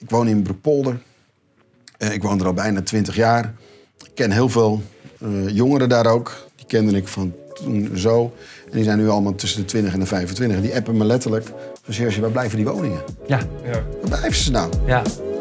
Ik woon in Broekpolder. Ik woon er al bijna 20 jaar. Ik ken heel veel jongeren daar ook. Die kende ik van toen zo. En die zijn nu allemaal tussen de 20 en de 25. Die appen me letterlijk. Van Serge, waar blijven die woningen? Ja. Waar blijven ze nou? Ja.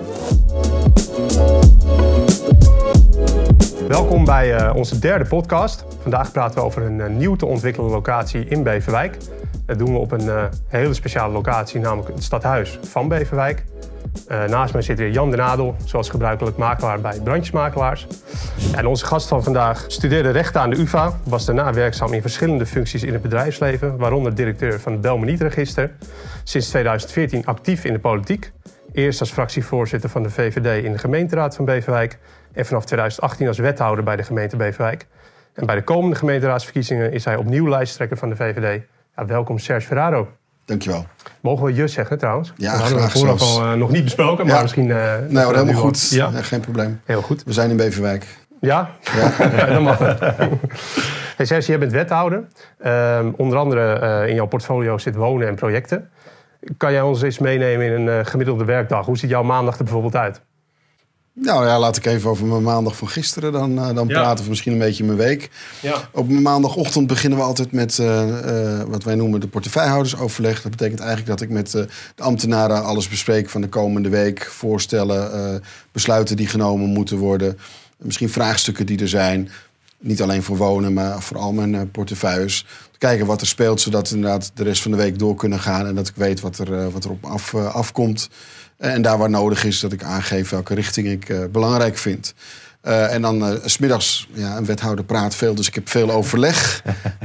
Welkom bij onze derde podcast. Vandaag praten we over een nieuw te ontwikkelen locatie in Beverwijk. Dat doen we op een hele speciale locatie, namelijk het stadhuis van Beverwijk. Naast mij zit weer Jan den Adel, zoals gebruikelijk makelaar bij Brandjesmakelaars. En onze gast van vandaag studeerde rechten aan de UvA, was daarna werkzaam in verschillende functies in het bedrijfsleven, waaronder directeur van het Belmenietregister. Sinds 2014 actief in de politiek. Eerst als fractievoorzitter van de VVD in de gemeenteraad van Beverwijk en vanaf 2018 als wethouder bij de gemeente Beverwijk. En bij de komende gemeenteraadsverkiezingen is hij opnieuw lijsttrekker van de VVD. Ja, welkom Serge Ferraro. Dankjewel. Mogen we je zeggen trouwens? Ja, dat hadden we vooraf al nog niet besproken, maar misschien... nee, helemaal goed. Ja? Ja, geen probleem. Heel goed. We zijn in Beverwijk. Ja? Ja, dan mag het. Hey Serge, jij bent wethouder. Onder andere in jouw portfolio zit wonen en projecten. Kan jij ons eens meenemen in een gemiddelde werkdag? Hoe ziet jouw maandag er bijvoorbeeld uit? Nou ja, laat ik even over mijn maandag van gisteren dan praten. Of misschien een beetje mijn week. Ja. Op mijn maandagochtend beginnen we altijd met wat wij noemen de portefeuillehoudersoverleg. Dat betekent eigenlijk dat ik met de ambtenaren alles bespreek van de komende week. Voorstellen, besluiten die genomen moeten worden. Misschien vraagstukken die er zijn. Niet alleen voor wonen, maar voor al mijn portefeuilles. Kijken wat er speelt, zodat we inderdaad de rest van de week door kunnen gaan. En dat ik weet wat er op afkomt. En daar waar nodig is, dat ik aangeef welke richting ik belangrijk vind. En dan 's middags, een wethouder praat veel, dus ik heb veel overleg.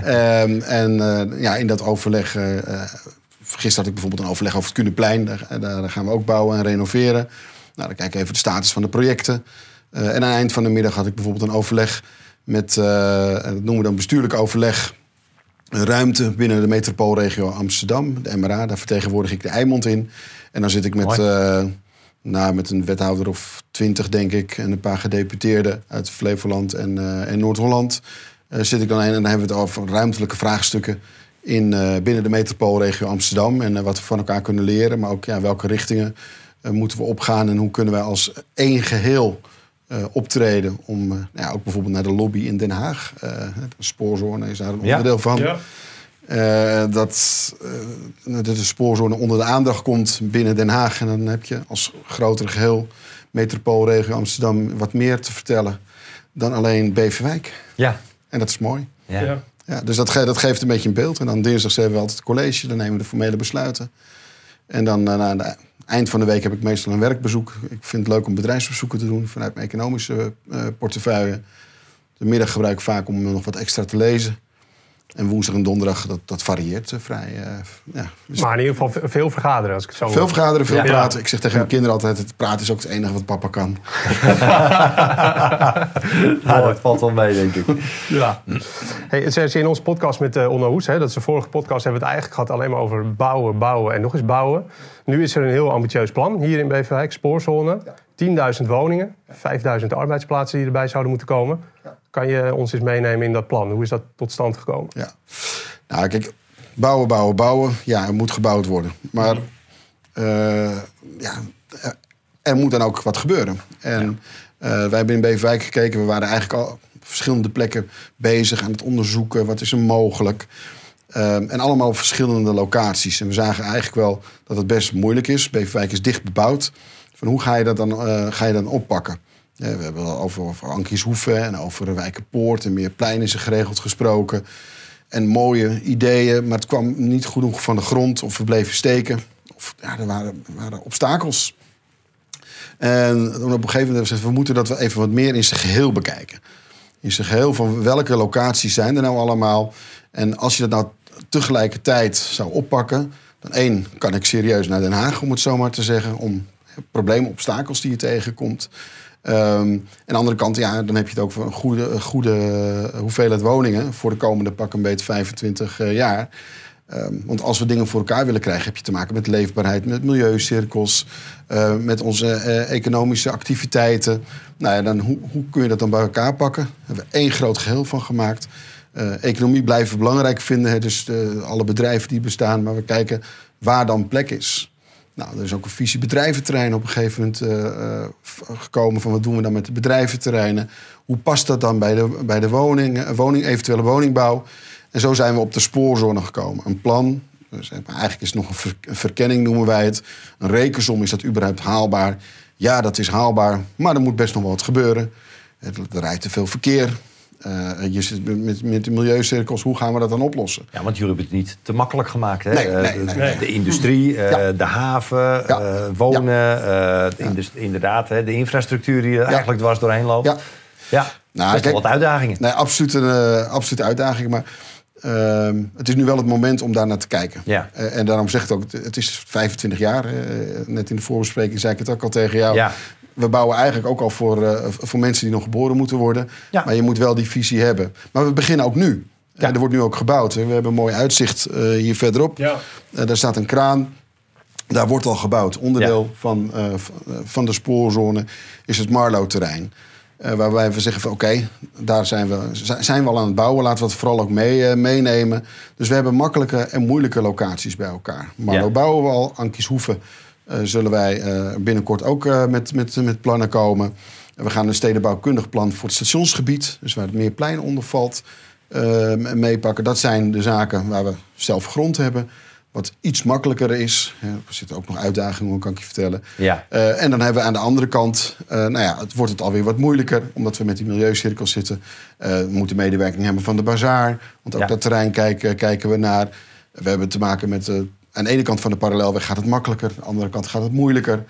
In dat overleg, gisteren had ik bijvoorbeeld een overleg over het Kunenplein. Daar gaan we ook bouwen en renoveren. Nou, dan kijk ik even de status van de projecten. En aan het eind van de middag had ik bijvoorbeeld een overleg met, dat noemen we dan bestuurlijk overleg. Een ruimte binnen de metropoolregio Amsterdam, de MRA. Daar vertegenwoordig ik de Eimond in. En dan zit ik met een wethouder of 20, denk ik, en een paar gedeputeerden uit Flevoland en Noord-Holland. Zit ik dan heen en dan hebben we het over ruimtelijke vraagstukken binnen de metropoolregio Amsterdam. En wat we van elkaar kunnen leren, maar ook welke richtingen moeten we opgaan en hoe kunnen wij als één geheel optreden om ook bijvoorbeeld naar de lobby in Den Haag. De spoorzone is daar een onderdeel van. Ja. Dat de spoorzone onder de aandacht komt binnen Den Haag. En dan heb je als groter geheel metropoolregio Amsterdam wat meer te vertellen dan alleen Beverwijk. Ja. En dat is mooi. Ja. Ja, dus dat geeft een beetje een beeld. En dan dinsdags hebben we altijd het college. Dan nemen we de formele besluiten. En dan aan het eind van de week heb ik meestal een werkbezoek. Ik vind het leuk om bedrijfsbezoeken te doen vanuit mijn economische portefeuille. De middag gebruik ik vaak om nog wat extra te lezen. En woensdag en donderdag, dat varieert vrij. Dus maar in ieder geval veel vergaderen, als ik het zo veel vergaderen, veel praten. Ik zeg tegen mijn kinderen altijd, het praten is ook het enige wat papa kan. Dat valt wel mee, denk ik. Ja. Hey, Serge, in onze podcast met Onno Hoes, dat is de vorige podcast, hebben we het eigenlijk gehad alleen maar over bouwen en nog eens bouwen. Nu is er een heel ambitieus plan hier in Beverwijk, spoorzone. 10.000 woningen, 5.000 arbeidsplaatsen die erbij zouden moeten komen. Ja. Kan je ons eens meenemen in dat plan? Hoe is dat tot stand gekomen? Ja. Nou, kijk, bouwen. Ja, er moet gebouwd worden. Maar er moet dan ook wat gebeuren. En wij hebben in Beverwijk gekeken. We waren eigenlijk al op verschillende plekken bezig aan het onderzoeken. Wat is er mogelijk? En allemaal op verschillende locaties. En we zagen eigenlijk wel dat het best moeilijk is. Beverwijk is dicht bebouwd. Van hoe ga je dan oppakken? We hebben wel over Ankieshoeven en over Wijkerpoort en meer plein is er geregeld gesproken. En mooie ideeën, maar het kwam niet goed genoeg van de grond. Of we bleven steken. Of er waren obstakels. En op een gegeven moment hebben we gezegd, we moeten dat wel even wat meer in zijn geheel bekijken. In zijn geheel van welke locaties zijn er nou allemaal. En als je dat nou tegelijkertijd zou oppakken, dan kan ik serieus naar Den Haag, om het zo maar te zeggen, om problemen, obstakels die je tegenkomt. Aan de andere kant, dan heb je het ook voor een goede hoeveelheid woningen voor de komende pak een beetje 25 jaar. Want als we dingen voor elkaar willen krijgen, heb je te maken met leefbaarheid, met milieucirkels, met onze economische activiteiten. Nou ja, dan hoe kun je dat dan bij elkaar pakken? Daar hebben we 1 groot geheel van gemaakt. Economie blijven we belangrijk vinden, dus alle bedrijven die bestaan, maar we kijken waar dan plek is. Nou, er is ook een visie bedrijventerrein op een gegeven moment gekomen van wat doen we dan met de bedrijventerreinen? Hoe past dat dan bij de eventuele woningbouw? En zo zijn we op de spoorzone gekomen. Een plan, dus eigenlijk is het nog een verkenning noemen wij het. Een rekensom, is dat überhaupt haalbaar? Ja, dat is haalbaar, maar er moet best nog wel wat gebeuren. Er rijdt te veel verkeer. Je zit met de milieucirkels, hoe gaan we dat dan oplossen? Ja, want jullie hebben het niet te makkelijk gemaakt. Hè? Nee. De industrie, de haven, wonen, inderdaad, hè, de infrastructuur die er eigenlijk dwars doorheen loopt. Ja, best wel wat uitdagingen. Nee, absoluut uitdagingen, maar het is nu wel het moment om daar naar te kijken. Ja. En daarom zeg ik ook, het is 25 jaar. Net in de voorbespreking zei ik het ook al tegen jou. Ja. We bouwen eigenlijk ook al voor mensen die nog geboren moeten worden. Ja. Maar je moet wel die visie hebben. Maar we beginnen ook nu. Ja. Er wordt nu ook gebouwd. We hebben een mooi uitzicht hier verderop. Ja. Daar staat een kraan. Daar wordt al gebouwd. Onderdeel van de spoorzone is het Marlo-terrein. Waarbij we zeggen van oké, daar zijn we al aan het bouwen. Laten we het vooral ook meenemen. Dus we hebben makkelijke en moeilijke locaties bij elkaar. Marlo bouwen we al. Ankieshoeve zullen wij binnenkort ook met plannen komen. We gaan een stedenbouwkundig plan voor het stationsgebied. Dus waar het Meerplein onder valt meepakken. Dat zijn de zaken waar we zelf grond hebben. Wat iets makkelijker is. Er zitten ook nog uitdagingen, kan ik je vertellen. Ja. En dan hebben we aan de andere kant... wordt het alweer wat moeilijker. Omdat we met die milieucirkels zitten. We moeten medewerking hebben van de bazaar. Want ook dat terrein kijken we naar. We hebben te maken met... aan de ene kant van de parallelweg gaat het makkelijker. Aan de andere kant gaat het moeilijker.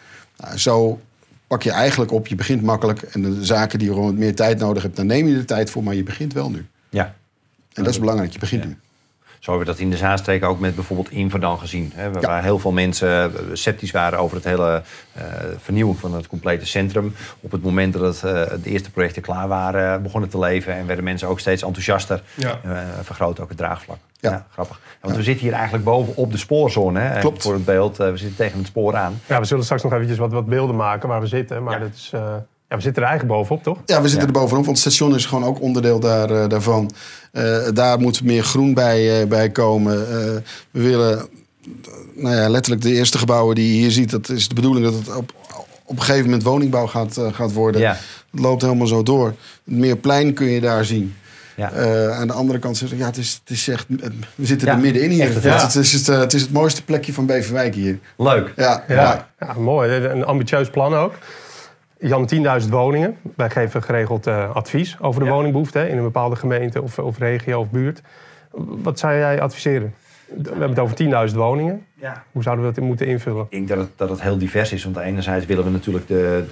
Zo pak je eigenlijk op. Je begint makkelijk. En de zaken die je gewoon meer tijd nodig hebt... dan neem je de tijd voor. Maar je begint wel nu. Ja. En dat is belangrijk. Je begint nu. Zo hebben we dat in de Zaanstreek ook met bijvoorbeeld Inverdam gezien. Hè, waar heel veel mensen sceptisch waren over het hele vernieuwen van het complete centrum. Op het moment dat de eerste projecten klaar waren, begonnen te leven. En werden mensen ook steeds enthousiaster. Ja. Vergroot ook het draagvlak. Ja, grappig. Want we zitten hier eigenlijk boven op de spoorzone. Hè, klopt. Voor het beeld. We zitten tegen het spoor aan. Ja, we zullen straks nog eventjes wat beelden maken waar we zitten. Maar dat is... we zitten er eigenlijk bovenop, toch? Ja, we zitten er bovenop, want het station is gewoon ook onderdeel daarvan. Daar moet meer groen bij komen. We willen letterlijk de eerste gebouwen die je hier ziet... dat is de bedoeling dat het op een gegeven moment woningbouw gaat worden. Ja. Het loopt helemaal zo door. Meer plein kun je daar zien. Ja. Aan de andere kant zeggen het is echt... We zitten er middenin hier. Het is het mooiste plekje van Beverwijk hier. Leuk. Ja, mooi. Een ambitieus plan ook. Jan, 10.000 woningen. Wij geven geregeld advies over de woningbehoefte in een bepaalde gemeente of regio of buurt. Wat zou jij adviseren? We hebben het over 10.000 woningen. Ja. Hoe zouden we dat moeten invullen? Ik denk dat het heel divers is. Want enerzijds willen we natuurlijk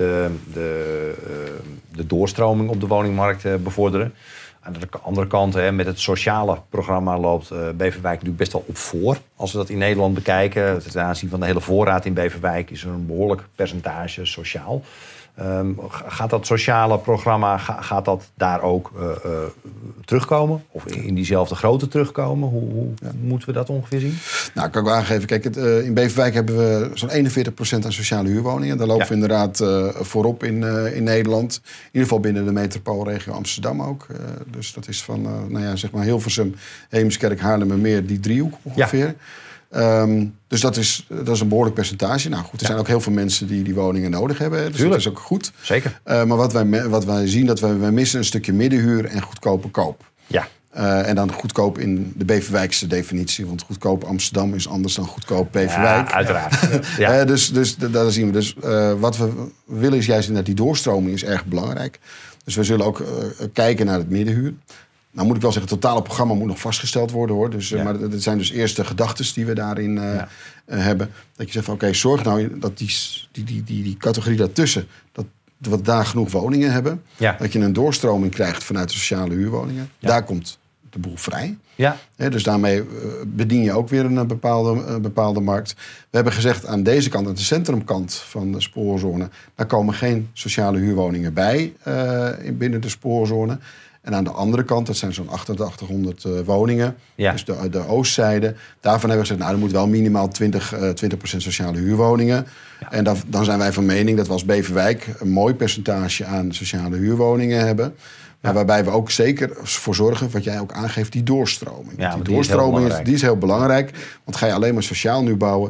de doorstroming op de woningmarkt bevorderen. Aan de andere kant, met het sociale programma loopt Beverwijk nu best wel op voor. Als we dat in Nederland bekijken, ten aanzien van de hele voorraad in Beverwijk... is er een behoorlijk percentage sociaal. Gaat dat sociale programma daar ook terugkomen? Of in diezelfde grootte terugkomen? Hoe moeten we dat ongeveer zien? Nou, kan ik wel aangeven. Kijk, in Beverwijk hebben we zo'n 41% aan sociale huurwoningen. Daar lopen we inderdaad voorop in Nederland. In ieder geval binnen de metropoolregio Amsterdam ook. Dus dat is van zeg maar Hilversum, Heemskerk, Haarlemmermeer, die driehoek ongeveer. Ja. Dus dat is een behoorlijk percentage. Nou goed, er zijn ook heel veel mensen die die woningen nodig hebben. Dus dat is ook goed. Zeker. Maar wat wij zien, dat wij missen een stukje middenhuur en goedkope koop. Ja. En dan goedkoop in de Beverwijkse definitie. Want goedkoop Amsterdam is anders dan goedkoop Beverwijk. Ja, uiteraard. Dus daar zien we. Dus wat we willen is juist inderdaad die doorstroming is erg belangrijk. Dus we zullen ook kijken naar het middenhuur. Nou moet ik wel zeggen, het totale programma moet nog vastgesteld worden, hoor. Dus, maar het zijn dus eerste gedachten die we daarin hebben. Dat je zegt van oké, zorg nou dat die categorie daartussen... dat we daar genoeg woningen hebben. Ja. Dat je een doorstroming krijgt vanuit de sociale huurwoningen. Ja. Daar komt de boel vrij. Ja. Dus daarmee bedien je ook weer een bepaalde markt. We hebben gezegd aan deze kant, aan de centrumkant van de spoorzone... daar komen geen sociale huurwoningen bij binnen de spoorzone... En aan de andere kant, dat zijn zo'n 8800 woningen. Ja. Dus de oostzijde. Daarvan hebben we gezegd, er moet wel minimaal 20% sociale huurwoningen. Ja. En dan zijn wij van mening dat we als Beverwijk een mooi percentage aan sociale huurwoningen hebben. Maar waarbij we ook zeker voor zorgen, wat jij ook aangeeft, die doorstroming. Ja, die doorstroming is heel belangrijk. Want ga je alleen maar sociaal nu bouwen...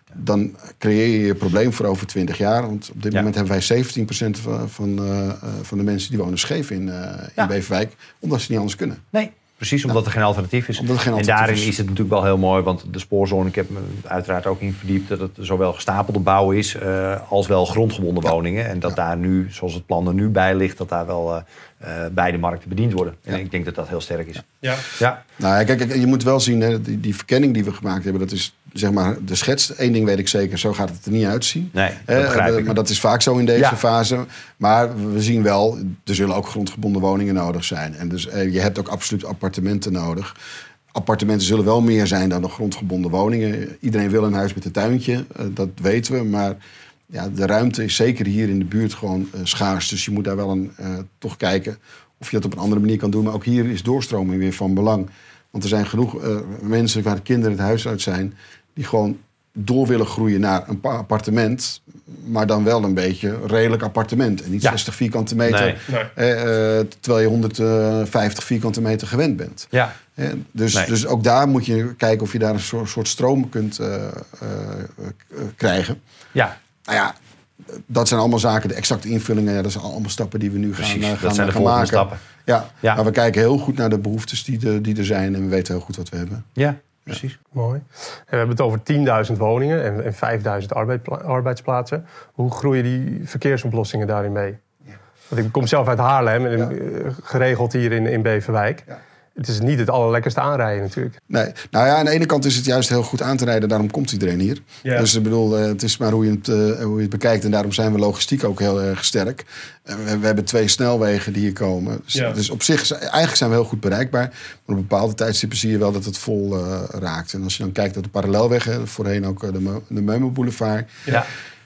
dan creëer je je probleem voor over 20 jaar. Want op dit moment hebben wij 17% van de mensen die wonen scheef in Beverwijk. Omdat ze niet anders kunnen. Nee, precies, omdat er geen alternatief is. En daarin is het natuurlijk wel heel mooi. Want de spoorzone, ik heb me uiteraard ook in verdiept... dat het zowel gestapelde bouw is als wel grondgebonden woningen. En dat daar nu, zoals het plan er nu bij ligt... dat daar wel beide markten bediend worden. En ik denk dat dat heel sterk is. Ja. Nou, kijk, je moet wel zien, hè, die verkenning die we gemaakt hebben... dat is zeg maar de schets. Eén ding weet ik zeker, zo gaat het er niet uitzien. Nee, dat begrijp ik. Maar dat is vaak zo in deze fase. Maar we zien wel, er zullen ook grondgebonden woningen nodig zijn. En dus je hebt ook absoluut appartementen nodig. Appartementen zullen wel meer zijn dan de grondgebonden woningen. Iedereen wil een huis met een tuintje, dat weten we. Maar ja, de ruimte is zeker hier in de buurt gewoon schaars. Dus je moet daar wel toch kijken of je dat op een andere manier kan doen. Maar ook hier is doorstroming weer van belang. Want er zijn genoeg mensen waar de kinderen het huis uit zijn... die gewoon door willen groeien naar een appartement... maar dan wel een beetje redelijk appartement. En niet 60 vierkante meter, terwijl je 150 vierkante meter gewend bent. Ja. Dus ook daar moet je kijken of je daar een soort stroom kunt krijgen. Ja. Nou ja, dat zijn allemaal zaken, de exacte invullingen... dat zijn allemaal stappen die we nu gaan maken. Stappen. Ja. Maar we kijken heel goed naar de behoeftes die er zijn... en we weten heel goed wat we hebben. Ja, precies. Ja. Mooi. En we hebben het over 10.000 woningen en 5.000 arbeidsplaatsen. Hoe groeien die verkeersoplossingen daarin mee? Ja. Want ik kom zelf uit Haarlem, geregeld hier in Beverwijk... Ja. Het is niet het allerlekkerste aanrijden natuurlijk. Nee, nou ja, aan de ene kant is het juist heel goed aan te rijden. Daarom komt iedereen hier. Ja. Dus ik bedoel, het is maar hoe je het bekijkt. En daarom zijn we logistiek ook heel erg sterk. We hebben 2 snelwegen die hier komen. Dus op zich, eigenlijk zijn we heel goed bereikbaar. Maar op bepaalde tijdstippen zie je wel dat het vol raakt. En als je dan kijkt naar de parallelweg, voorheen ook de Meulmenboulevard. Ja.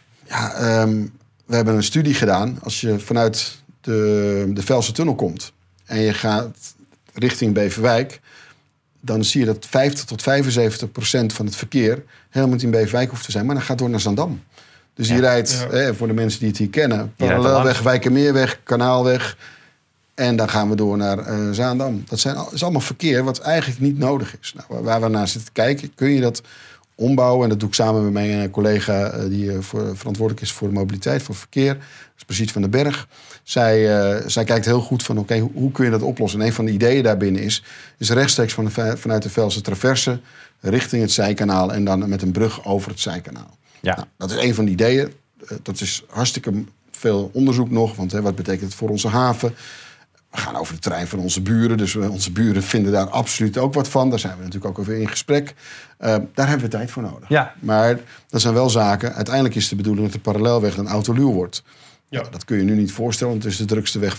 We hebben een studie gedaan. Als je vanuit de Velse Tunnel komt en je gaat richting Beverwijk, dan zie je dat 50 tot 75% van het verkeer helemaal niet in Beverwijk hoeft te zijn, maar dan gaat door naar Zandam. Dus je rijdt, voor de mensen die het hier kennen, Parallelweg, Wijkermeerweg, Kanaalweg, en dan gaan we door naar Zaandam. Dat is allemaal verkeer wat eigenlijk niet nodig is. Nou, waar we naar zitten kijken, kun je dat ombouwen? En dat doe ik samen met mijn collega die verantwoordelijk is voor de mobiliteit, voor verkeer. Dat is Brigitte van den Berg. Zij kijkt heel goed van, oké, hoe kun je dat oplossen? En een van de ideeën daarbinnen is rechtstreeks vanuit de Velse Traverse richting het Zijkanaal en dan met een brug over het Zijkanaal. Ja. Nou, dat is een van de ideeën. Dat is hartstikke veel onderzoek nog, want wat betekent het voor onze haven? We gaan over het terrein van onze buren. Dus onze buren vinden daar absoluut ook wat van. Daar zijn we natuurlijk ook over in gesprek. Daar hebben we tijd voor nodig. Ja. Maar dat zijn wel zaken. Uiteindelijk is de bedoeling dat de parallelweg een autoluw wordt. Ja. Dat kun je nu niet voorstellen. Want het is de drukste weg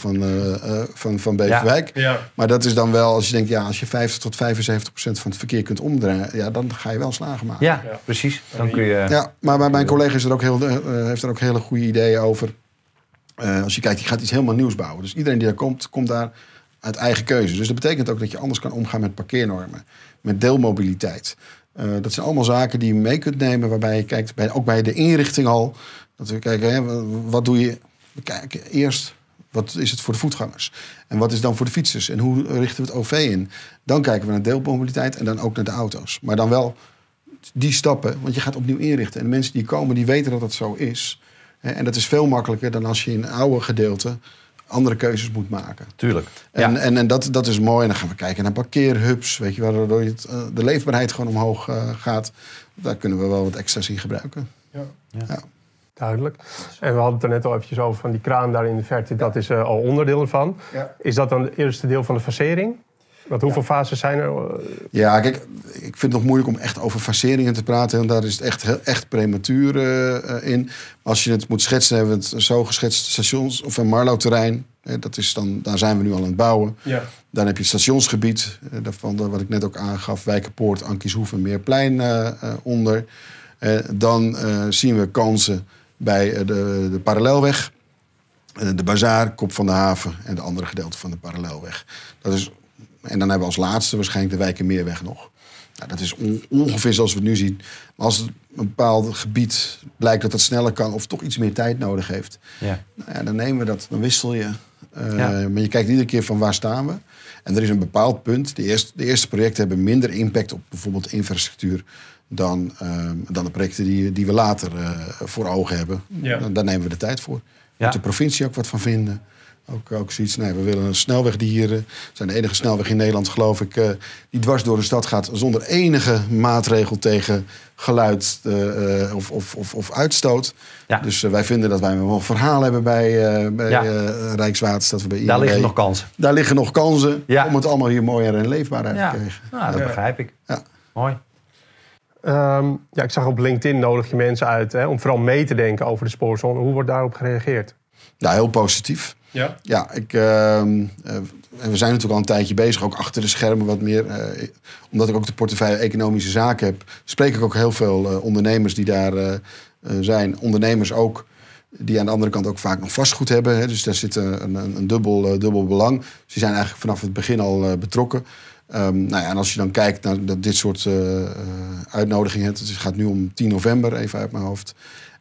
van Beverwijk. Ja. Ja. Maar dat is dan wel, als je denkt, als je 50 tot 75% van het verkeer kunt omdraaien, dan ga je wel slagen maken. Ja, precies. Dan kun je. Ja, maar mijn collega heeft er ook hele goede ideeën over. Als je kijkt, je gaat iets helemaal nieuws bouwen. Dus iedereen die daar komt daar uit eigen keuze. Dus dat betekent ook dat je anders kan omgaan met parkeernormen. Met deelmobiliteit. Dat zijn allemaal zaken die je mee kunt nemen. Waarbij je kijkt, ook bij de inrichting al. Dat we kijken, wat doe je? We kijken eerst, wat is het voor de voetgangers? En wat is dan voor de fietsers? En hoe richten we het OV in? Dan kijken we naar deelmobiliteit en dan ook naar de auto's. Maar dan wel die stappen, want je gaat opnieuw inrichten. En de mensen die komen, die weten dat dat zo is. En dat is veel makkelijker dan als je in oude gedeelte andere keuzes moet maken. Tuurlijk. En dat is mooi. En dan gaan we kijken naar parkeerhubs. Weet je, waardoor de leefbaarheid gewoon omhoog gaat. Daar kunnen we wel wat extra's in gebruiken. Ja. Duidelijk. En we hadden het er net al eventjes over van die kraan daar in de verte. Dat is al onderdeel ervan. Ja. Is dat dan het eerste deel van de fasering? Want hoeveel fases zijn er? Ja, kijk, ik vind het nog moeilijk om echt over faseringen te praten. Want daar is het echt prematuur in. Als je het moet schetsen, hebben we het zo geschetst. Stations of een Marlo-terrein. Daar zijn we nu al aan het bouwen. Ja. Dan heb je het stationsgebied. Daarvan wat ik net ook aangaf. Wijkerpoort, Ankieshoef en Meerplein onder. Dan zien we kansen bij de parallelweg. De bazaar, Kop van de Haven en de andere gedeelte van de parallelweg. En dan hebben we als laatste waarschijnlijk de Wijkermeerweg nog. Nou, dat is ongeveer zoals we het nu zien. Maar als een bepaald gebied blijkt dat het sneller kan of toch iets meer tijd nodig heeft, dan nemen we dat, dan wissel je. Maar je kijkt iedere keer van waar staan we. En er is een bepaald punt. De eerste projecten hebben minder impact op bijvoorbeeld infrastructuur dan de projecten die we later voor ogen hebben. Ja. Daar nemen we de tijd voor. Ja. Moet de provincie ook wat van vinden. Ook zoiets. Nee, we willen een snelweg die hier... We zijn de enige snelweg in Nederland, geloof ik... die dwars door de stad gaat zonder enige maatregel tegen geluid of uitstoot. Ja. Dus wij vinden dat wij wel een verhaal hebben bij Rijkswaterstaat. Bij INW. Daar liggen nog kansen. Daar liggen nog kansen Ja. om het allemaal hier mooier en leefbaarder te krijgen. Nou, dat begrijp ik. Ja. Mooi. Ik zag op LinkedIn nodig je mensen uit om vooral mee te denken over de spoorzone. Hoe wordt daarop gereageerd? Ja, heel positief. Ja? Ja, we zijn natuurlijk al een tijdje bezig, ook achter de schermen wat meer. Omdat ik ook de portefeuille economische zaken heb, spreek ik ook heel veel ondernemers die daar zijn. Ondernemers ook die aan de andere kant ook vaak nog vastgoed hebben. Hè, dus daar zit een dubbel belang. Dus die zijn eigenlijk vanaf het begin al betrokken. En als je dan kijkt naar dit soort uitnodigingen, het gaat nu om 10 november, even uit mijn hoofd.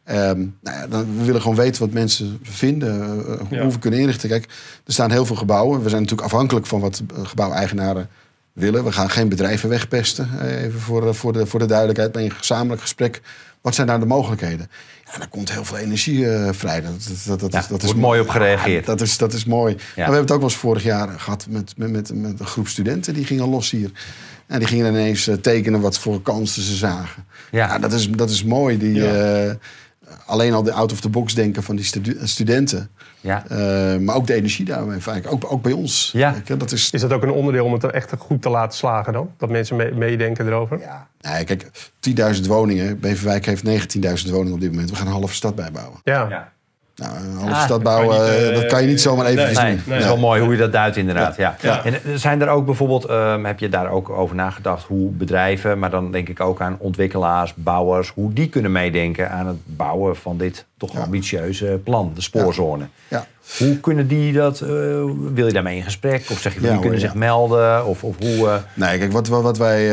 We willen gewoon weten wat mensen vinden, hoe we kunnen inrichten. Kijk, er staan heel veel gebouwen. We zijn natuurlijk afhankelijk van wat gebouweigenaren willen. We gaan geen bedrijven wegpesten, even voor de duidelijkheid. Bij een gezamenlijk gesprek, wat zijn daar de mogelijkheden? Ja, daar komt heel veel energie vrij. Dat is mooi op gereageerd. Ja, dat is mooi. Ja. We hebben het ook wel eens vorig jaar gehad met een groep studenten. Die gingen los hier. En die gingen ineens tekenen wat voor kansen ze zagen. Ja, dat is mooi. Alleen al de out-of-the-box denken van die studenten. Ja. Maar ook de energie daarmee. Ook bij ons. Ja. Is dat ook een onderdeel om het echt goed te laten slagen dan? Dat mensen meedenken erover? Ja. Nee, kijk, 10.000 woningen. Beverwijk heeft 19.000 woningen op dit moment. We gaan een halve stad bijbouwen. Ja. Nou, een halve stad bouwen, dat kan je niet zomaar even doen. Nee, dat is wel mooi hoe je dat duidt inderdaad. Ja. Ja. En zijn er ook bijvoorbeeld, heb je daar ook over nagedacht hoe bedrijven, maar dan denk ik ook aan ontwikkelaars, bouwers, hoe die kunnen meedenken aan het bouwen van dit toch ambitieuze plan, de spoorzone. Ja. Hoe kunnen die dat, wil je daarmee in gesprek? Of zeg je, die kunnen zich melden? Of hoe? Nee, kijk, wat wij,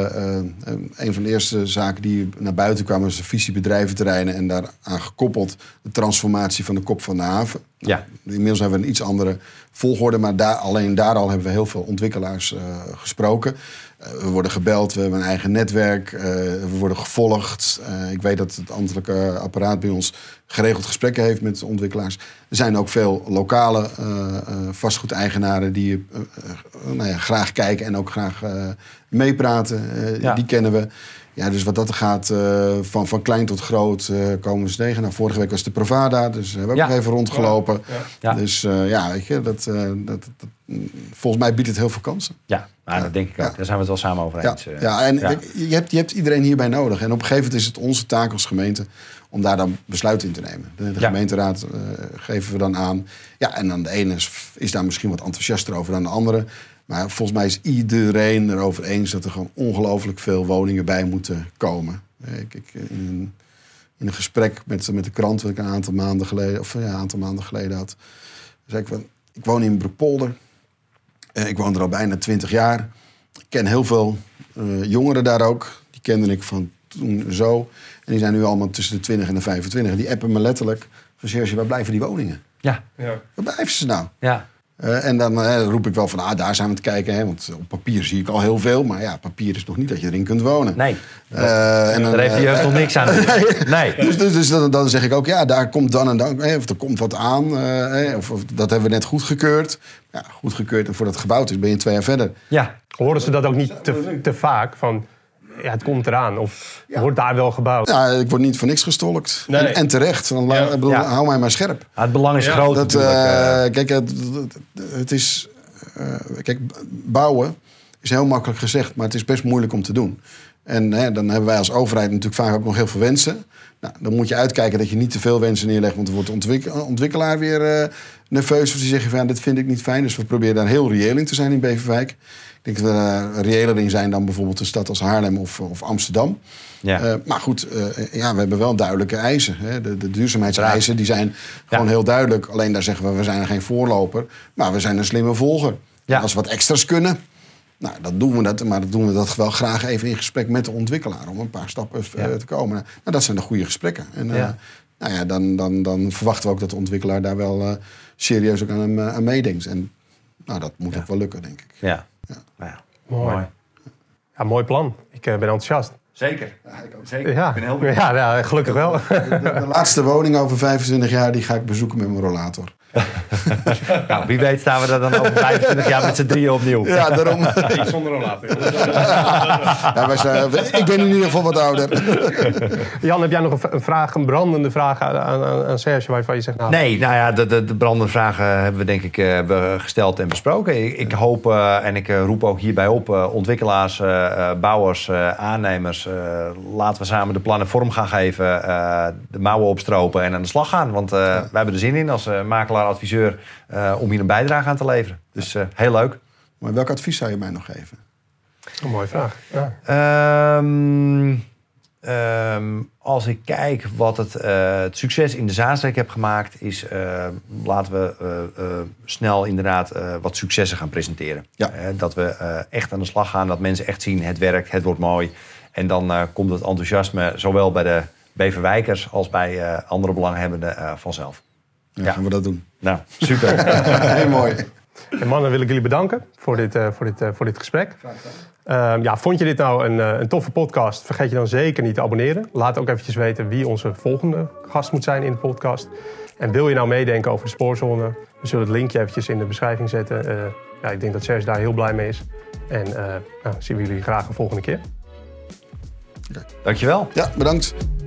een van de eerste zaken die naar buiten kwamen, was de visie bedrijventerreinen en daaraan gekoppeld de transformatie van de kop van de haven. Ja. Inmiddels hebben we een iets andere volgorde, maar alleen daar al hebben we heel veel ontwikkelaars gesproken. We worden gebeld, we hebben een eigen netwerk, we worden gevolgd. Ik weet dat het ambtelijke apparaat bij ons geregeld gesprekken heeft met ontwikkelaars. Er zijn ook veel lokale vastgoedeigenaren die graag kijken en ook graag meepraten. Die kennen we. Ja, dus wat dat gaat, van klein tot groot, komen we tegen. Nou, vorige week was de Provada, dus we hebben ook nog even rondgelopen. Ja. Dus weet je, volgens mij biedt het heel veel kansen. Ja, dat denk ik ook. Daar zijn we het wel samen over eens. Je hebt iedereen hierbij nodig. En op een gegeven moment is het onze taak als gemeente om daar dan besluiten in te nemen. De gemeenteraad geven we dan aan. Ja, en dan de ene is daar misschien wat enthousiaster over dan de andere. Maar volgens mij is iedereen erover eens dat er gewoon ongelooflijk veel woningen bij moeten komen. In een gesprek met de krant dat ik een aantal maanden geleden had, zei ik van, ik woon in Broekpolder. Ik woon er al bijna 20 jaar. Ik ken heel veel jongeren daar ook. Die kende ik van toen zo. En die zijn nu allemaal tussen de 20 en de 25. Die appen me letterlijk van, Serge, waar blijven die woningen? Ja. Waar blijven ze nou? Ja. En dan roep ik wel van, daar zijn we te kijken. Hè, want op papier zie ik al heel veel. Maar ja, papier is nog niet dat je erin kunt wonen. Nee. Daar heeft de jeugd nog niks aan. Nee. Dus dan zeg ik ook, daar komt dan en dan. Of er komt wat aan. Of dat hebben we net goedgekeurd. Ja, goedgekeurd. En voordat het gebouwd is, ben je 2 jaar verder. Ja. Horen ze dat ook niet te vaak? Van, het komt eraan. Of wordt daar wel gebouwd? Ja, ik word niet voor niks gestolkt. Nee. En terecht. Dan hou mij maar scherp. Het belang is groot. Kijk, het is... Kijk, bouwen is heel makkelijk gezegd, maar het is best moeilijk om te doen. En dan hebben wij als overheid natuurlijk vaak ook nog heel veel wensen. Nou, dan moet je uitkijken dat je niet te veel wensen neerlegt, want dan wordt de ontwikkelaar weer nerveus. Of die zeggen van, dit vind ik niet fijn. Dus we proberen daar heel reëel in te zijn in Beverwijk. Ik denk dat we reëler in zijn dan bijvoorbeeld een stad als Haarlem of Amsterdam. Ja. Maar goed, we hebben wel duidelijke eisen. Hè. De duurzaamheidseisen die zijn gewoon heel duidelijk. Alleen daar zeggen we zijn geen voorloper. Maar we zijn een slimme volger. Ja. Als we wat extra's kunnen, nou, dan doen we dat. Maar dan doen we dat wel graag even in gesprek met de ontwikkelaar. Om een paar stappen te komen. Nou, dat zijn de goede gesprekken. En dan verwachten we ook dat de ontwikkelaar daar wel serieus ook aan meedenkt. En Nou, dat moet ook wel lukken, denk ik. Ja. Ja. Nou ja. Mooi. Ja, mooi plan. Ik ben enthousiast. Zeker. Ja, ik ook. Zeker. Ja, Ik ben heel benieuwd. ja, gelukkig wel. De laatste woning over 25 jaar, die ga ik bezoeken met mijn rollator. Nou, wie weet staan we daar dan over 25 jaar met z'n drieën opnieuw. Ja, daarom. Ik zonder rollator. Ja, ik ben in ieder geval wat ouder. Jan, heb jij nog een brandende vraag aan Serge waarvan je zegt... Nou, Nee, nou ja, de brandende vragen hebben we denk ik gesteld en besproken. Ik hoop en ik roep ook hierbij op ontwikkelaars, bouwers, aannemers. Laten we samen de plannen vorm gaan geven, de mouwen opstropen en aan de slag gaan. Want wij hebben er zin in als makelaar, adviseur, om hier een bijdrage aan te leveren. Dus heel leuk. Maar welk advies zou je mij nog geven? een mooie vraag. Ja. Als ik kijk wat het succes in de Zaanstreek heb gemaakt, is laten we snel inderdaad wat successen gaan presenteren. Ja. Dat we echt aan de slag gaan, dat mensen echt zien het werkt, het wordt mooi. En dan komt het enthousiasme zowel bij de Beverwijkers als bij andere belanghebbenden vanzelf. Ja, gaan we dat doen. Nou, super. Heel mooi. En mannen, wil ik jullie bedanken voor dit gesprek. Vond je dit nou een toffe podcast? Vergeet je dan zeker niet te abonneren. Laat ook eventjes weten wie onze volgende gast moet zijn in de podcast. En wil je nou meedenken over de spoorzone? We zullen het linkje eventjes in de beschrijving zetten. Ik denk dat Serge daar heel blij mee is. En zien we jullie graag een volgende keer. Dankjewel. Ja, bedankt.